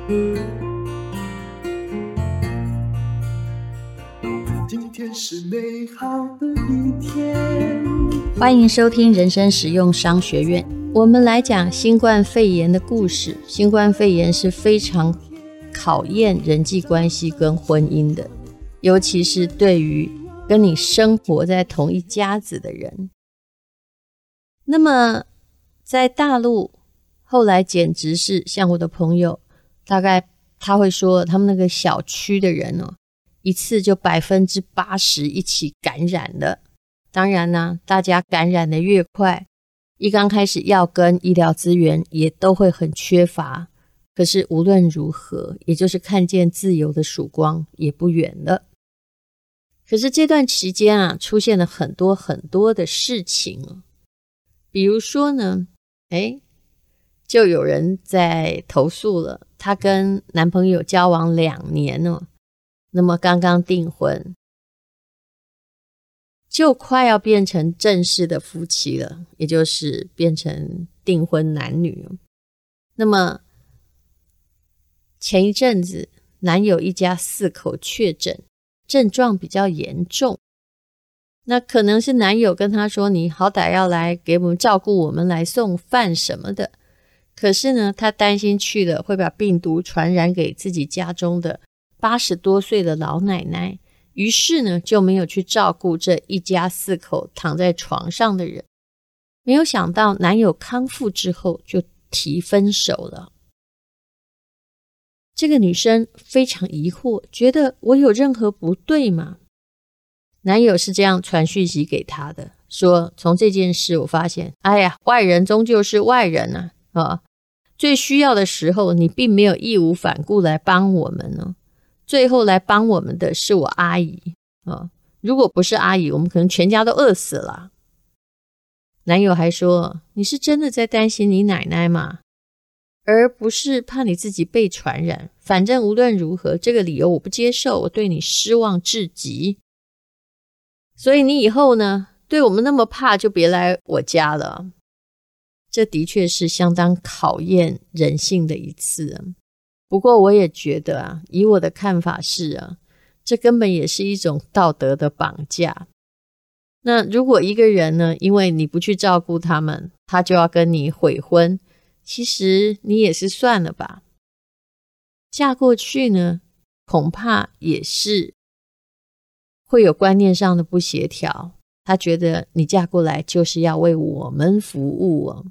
今天是美好的一天。 欢迎收听人生实用商学院。我们来讲新冠肺炎的故事。新冠肺炎是非常考验人际关系跟婚姻的，尤其是对于跟你生活在同一家子的人。那么在大陆后来简直是像我的朋友，大概他会说他们那个小区的人一次就80%一起感染了。当然呢，大家感染的越快，一刚开始药跟医疗资源也都会很缺乏。可是无论如何，也就是看见自由的曙光也不远了。可是这段期间出现了很多很多的事情比如说呢，就有人在投诉了，她跟男朋友交往2年那么刚刚订婚，就快要变成正式的夫妻了，也就是变成订婚男女。那么前一阵子男友一家4口确诊，症状比较严重。那可能是男友跟他说，你好歹要来给我们照顾我们，来送饭什么的。可是呢，他担心去了会把病毒传染给自己家中的80多岁的老奶奶，于是呢就没有去照顾这一家4口躺在床上的人。没有想到男友康复之后就提分手了。这个女生非常疑惑，觉得我有任何不对吗？男友是这样传讯息给她的，说从这件事我发现，外人终究是外人最需要的时候你并没有义无反顾来帮我们最后来帮我们的是我阿姨如果不是阿姨，我们可能全家都饿死了。男友还说，你是真的在担心你奶奶吗？而不是怕你自己被传染。反正无论如何，这个理由我不接受，我对你失望至极。所以你以后呢，对我们那么怕，就别来我家了。这的确是相当考验人性的一次不过我也觉得以我的看法是这根本也是一种道德的绑架。那如果一个人呢，因为你不去照顾他们，他就要跟你悔婚，其实你也是算了吧。嫁过去呢，恐怕也是会有观念上的不协调，他觉得你嫁过来就是要为我们服务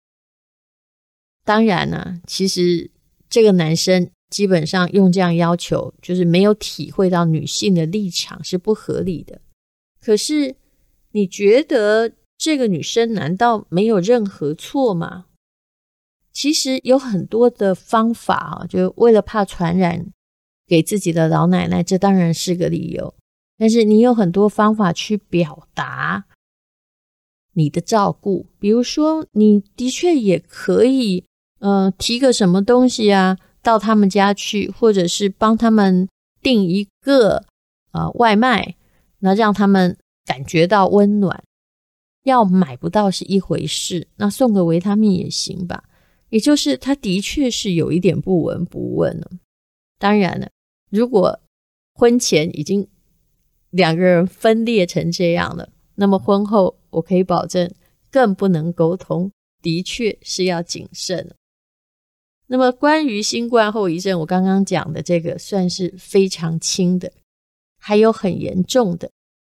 当然其实这个男生基本上用这样要求，就是没有体会到女性的立场是不合理的。可是你觉得这个女生难道没有任何错吗？其实有很多的方法就为了怕传染给自己的老奶奶，这当然是个理由。但是你有很多方法去表达你的照顾，比如说你的确也可以提个什么东西到他们家去，或者是帮他们订一个外卖，那让他们感觉到温暖。要买不到是一回事，那送个维他命也行吧。也就是他的确是有一点不闻不问了。当然了，如果婚前已经2个人分裂成这样了，那么婚后我可以保证更不能沟通，的确是要谨慎。那么关于新冠后遗症，我刚刚讲的这个算是非常轻的，还有很严重的。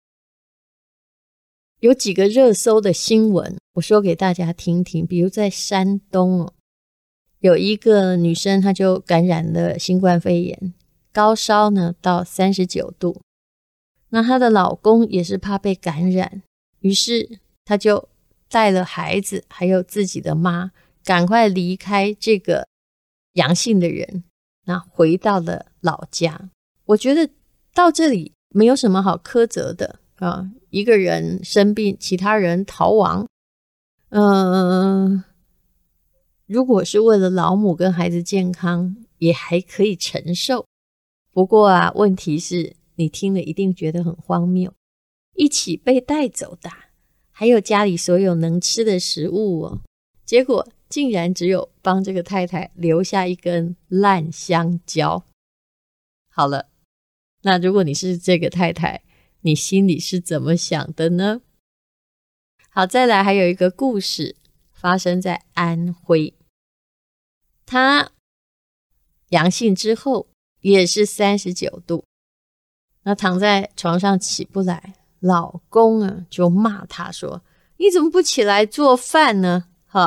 有几个热搜的新闻我说给大家听听。比如在山东有一个女生，她就感染了新冠肺炎，高烧呢到39度。那她的老公也是怕被感染，于是她就带了孩子还有自己的妈赶快离开这个阳性的人，那回到了老家。我觉得到这里没有什么好苛责的一个人生病，其他人逃亡如果是为了老母跟孩子健康也还可以承受。不过问题是你听了一定觉得很荒谬，一起被带走的还有家里所有能吃的食物结果竟然只有帮这个太太留下一根烂香蕉。好了，那如果你是这个太太，你心里是怎么想的呢？好，再来还有一个故事发生在安徽。他阳性之后也是39度，那躺在床上起不来，老公啊就骂他说，你怎么不起来做饭呢？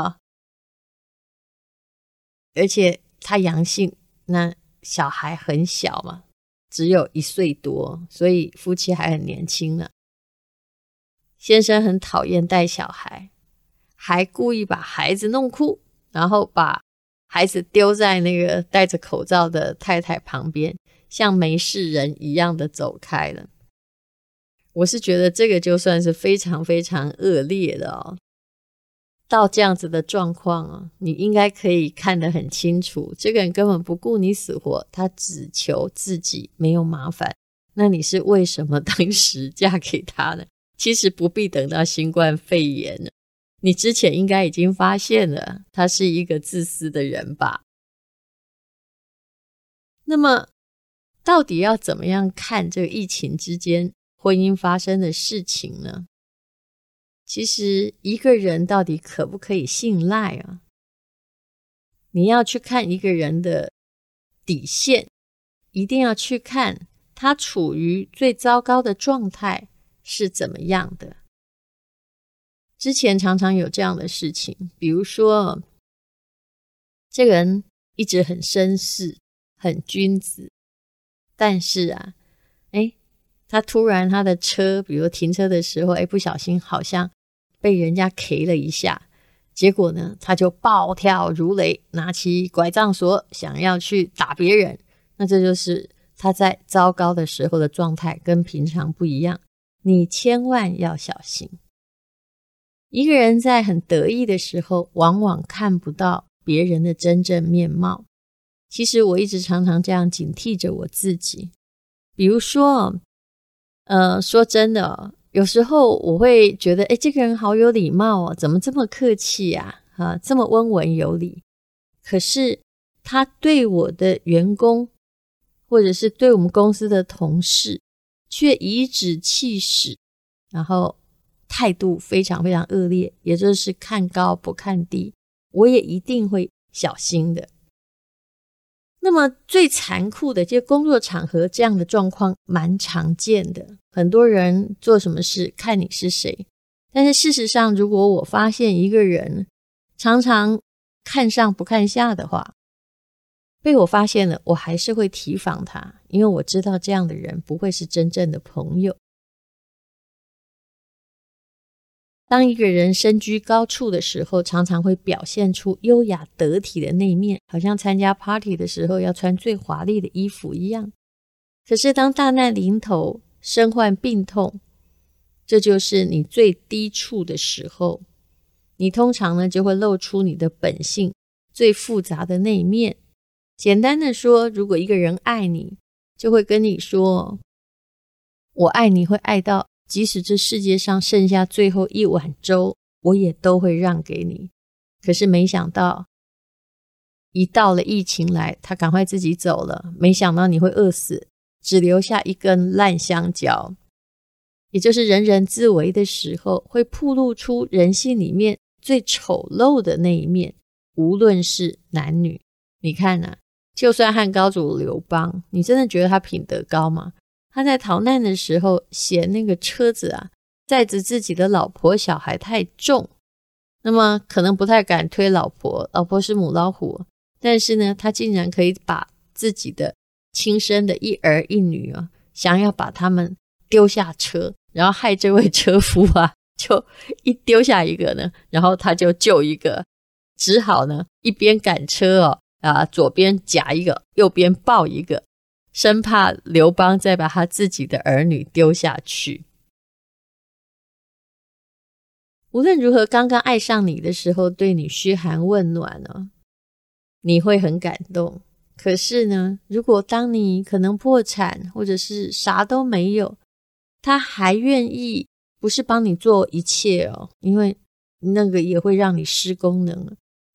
而且他阳性，那小孩很小嘛，只有1岁多，所以夫妻还很年轻呢。先生很讨厌带小孩，还故意把孩子弄哭，然后把孩子丢在那个戴着口罩的太太旁边，像没事人一样的走开了。我是觉得这个就算是非常非常恶劣的哦。到这样子的状况哦，你应该可以看得很清楚，这个人根本不顾你死活，他只求自己没有麻烦。那你是为什么当时嫁给他呢？其实不必等到新冠肺炎了，你之前应该已经发现了他是一个自私的人吧。那么到底要怎么样看这个疫情之间婚姻发生的事情呢？其实一个人到底可不可以信赖啊？你要去看一个人的底线，一定要去看他处于最糟糕的状态是怎么样的。之前常常有这样的事情，比如说这个人一直很绅士很君子，但是啊他突然他的车比如停车的时候不小心好像被人家 K 了一下，结果呢他就暴跳如雷，拿起拐杖锁想要去打别人。那这就是他在糟糕的时候的状态，跟平常不一样，你千万要小心。一个人在很得意的时候往往看不到别人的真正面貌。其实我一直常常这样警惕着我自己。比如说说真的有时候我会觉得这个人好有礼貌哦，怎么这么客气啊，这么温文有礼。可是他对我的员工或者是对我们公司的同事却颐指气使，然后态度非常非常恶劣，也就是看高不看低，我也一定会小心的。那么最残酷的，就工作场合这样的状况蛮常见的，很多人做什么事看你是谁。但是事实上，如果我发现一个人常常看上不看下的话，被我发现了，我还是会提防他，因为我知道这样的人不会是真正的朋友。当一个人身居高处的时候，常常会表现出优雅得体的那一面，好像参加 party 的时候要穿最华丽的衣服一样。可是当大难临头，身患病痛，这就是你最低处的时候，你通常呢就会露出你的本性最复杂的那一面。简单的说，如果一个人爱你，就会跟你说，我爱你会爱到即使这世界上剩下最后一碗粥，我也都会让给你。可是没想到一到了疫情来，他赶快自己走了，没想到你会饿死，只留下一根烂香蕉。也就是人人自危的时候，会暴露出人性里面最丑陋的那一面，无论是男女。你看啊，就算汉高祖刘邦，你真的觉得他品德高吗？他在逃难的时候嫌那个车子啊载着自己的老婆小孩太重，那么可能不太敢推老婆，老婆是母老虎，但是呢他竟然可以把自己的亲生的一儿一女啊，想要把他们丢下车，然后害这位车夫啊就一丢下一个呢，然后他就救一个，只好呢一边赶车左边夹一个，右边抱一个，生怕刘邦再把他自己的儿女丢下去。无论如何，刚刚爱上你的时候对你嘘寒问暖你会很感动。可是呢，如果当你可能破产或者是啥都没有，他还愿意不是帮你做一切因为那个也会让你失功能，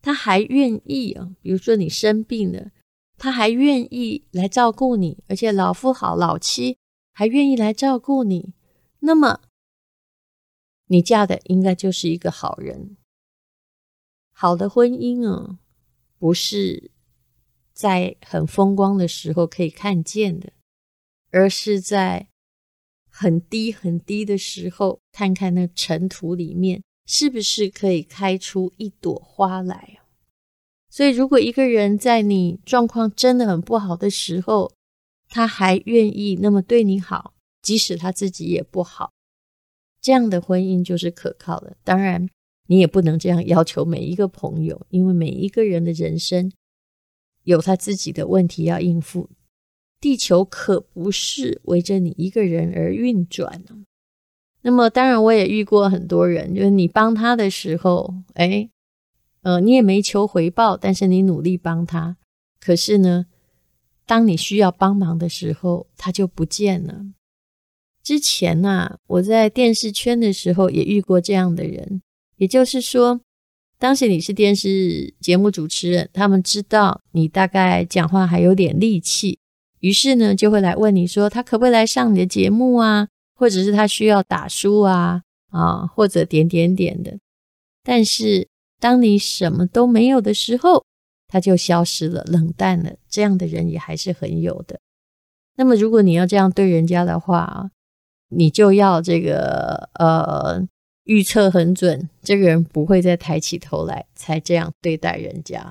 他还愿意比如说你生病了，他还愿意来照顾你，而且老夫好老妻还愿意来照顾你，那么你嫁的应该就是一个好人。好的婚姻不是在很风光的时候可以看见的，而是在很低很低的时候，看看那尘土里面是不是可以开出一朵花来。所以如果一个人在你状况真的很不好的时候，他还愿意那么对你好，即使他自己也不好，这样的婚姻就是可靠的。当然你也不能这样要求每一个朋友，因为每一个人的人生有他自己的问题要应付，地球可不是围着你一个人而运转。那么当然我也遇过很多人，就是你帮他的时候你也没求回报，但是你努力帮他，可是呢当你需要帮忙的时候他就不见了。之前我在电视圈的时候也遇过这样的人，也就是说当时你是电视节目主持人，他们知道你大概讲话还有点力气，于是呢就会来问你说他可不可以来上你的节目啊，或者是他需要打书或者点点点的。但是当你什么都没有的时候，他就消失了，冷淡了，这样的人也还是很有的。那么如果你要这样对人家的话，你就要这个预测很准，这个人不会再抬起头来，才这样对待人家。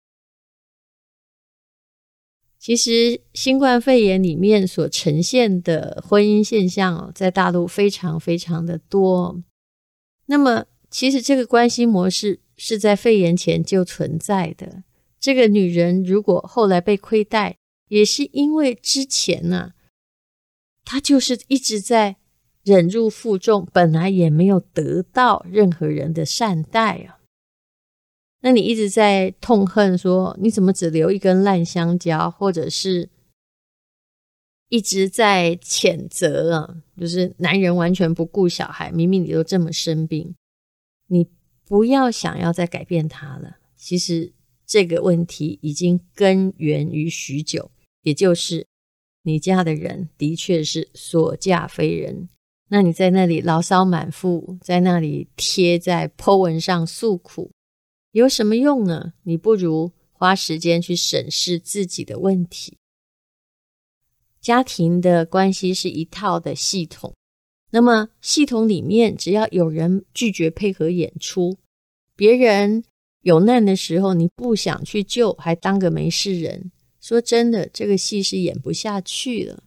其实新冠肺炎里面所呈现的婚姻现象在大陆非常非常的多。那么其实这个关系模式是在肺炎前就存在的。这个女人如果后来被亏待，也是因为之前她就是一直在忍辱负重，本来也没有得到任何人的善待那你一直在痛恨说你怎么只留一根烂香蕉，或者是一直在谴责就是男人完全不顾小孩，明明你都这么生病，你不要想要再改变他了。其实这个问题已经根源于许久，也就是你家的人的确是所嫁非人。那你在那里牢骚满腹，在那里贴在 po 文上诉苦，有什么用呢？你不如花时间去审视自己的问题。家庭的关系是一套的系统，那么系统里面只要有人拒绝配合演出，别人有难的时候你不想去救，还当个没事人，说真的，这个戏是演不下去了。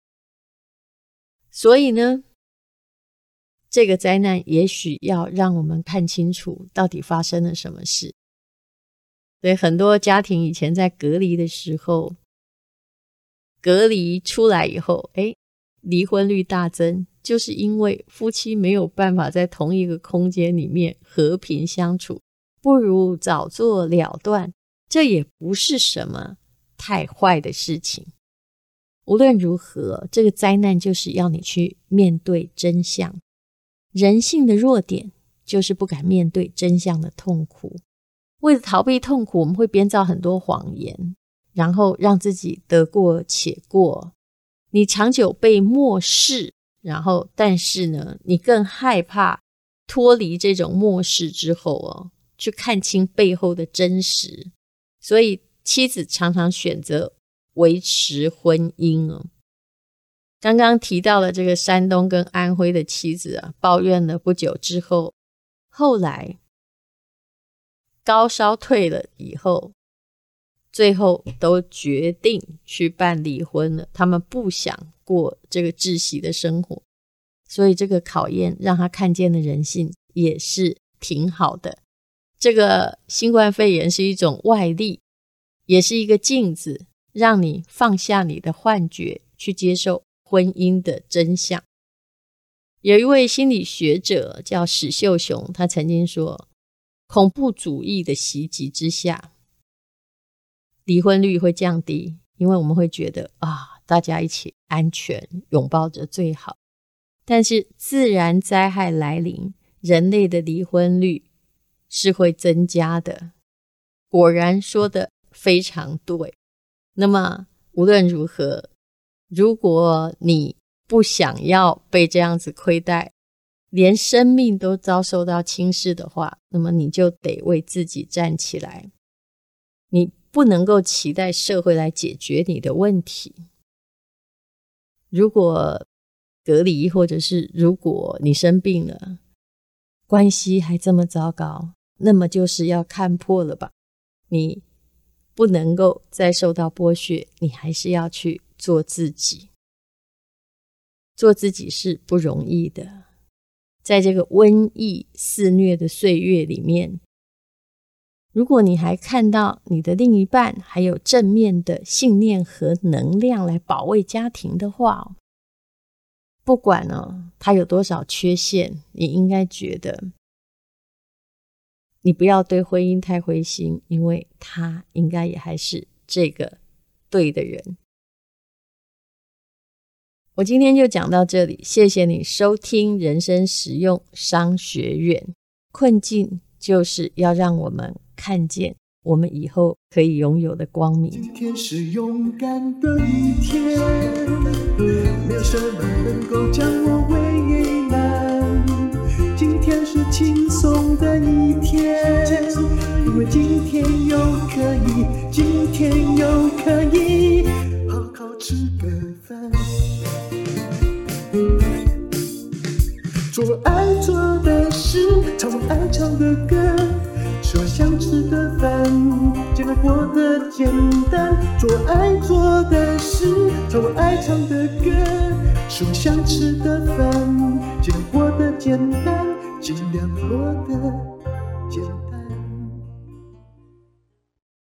所以呢，这个灾难也许要让我们看清楚到底发生了什么事。所以很多家庭以前在隔离的时候，隔离出来以后离婚率大增，就是因为夫妻没有办法在同一个空间里面和平相处，不如早做了断，这也不是什么太坏的事情。无论如何，这个灾难就是要你去面对真相。人性的弱点就是不敢面对真相的痛苦。为了逃避痛苦，我们会编造很多谎言，然后让自己得过且过。你长久被漠视，但是呢，你更害怕脱离这种漠视之后去看清背后的真实。所以妻子常常选择维持婚姻刚刚提到了这个山东跟安徽的妻子抱怨了不久之后，后来高烧退了以后，最后都决定去办离婚了。他们不想过这个窒息的生活，所以这个考验让他看见的人性也是挺好的。这个新冠肺炎是一种外力，也是一个镜子，让你放下你的幻觉，去接受婚姻的真相。有一位心理学者叫史秀雄，他曾经说，恐怖主义的袭击之下，离婚率会降低，因为我们会觉得大家一起安全，拥抱着最好。但是自然灾害来临，人类的离婚率是会增加的。 果然说的非常对。那么无论如何，如果你不想要被这样子亏待，连生命都遭受到轻视的话，那么你就得为自己站起来。你不能够期待社会来解决你的问题。如果隔离，或者是如果你生病了，关系还这么糟糕，那么就是要看破了吧。你不能够再受到剥削，你还是要去做自己。做自己是不容易的，在这个瘟疫肆虐的岁月里面，如果你还看到你的另一半还有正面的信念和能量来保卫家庭的话，不管他有多少缺陷，你应该觉得你不要对婚姻太灰心，因为他应该也还是这个对的人。我今天就讲到这里，谢谢你收听人生实用商学院。困境就是要让我们看见我们以后可以拥有的光明。 今天是勇敢的一天，没有什么能够将我为难。今天是轻松的一天，因为今天又可以，今天又可以好好吃个饭。做爱做的事，唱我爱唱的歌，吃我想吃的饭，尽量过得简单。做爱做的事，唱我爱唱的歌，吃我想吃的饭，尽量过得简单，尽量过得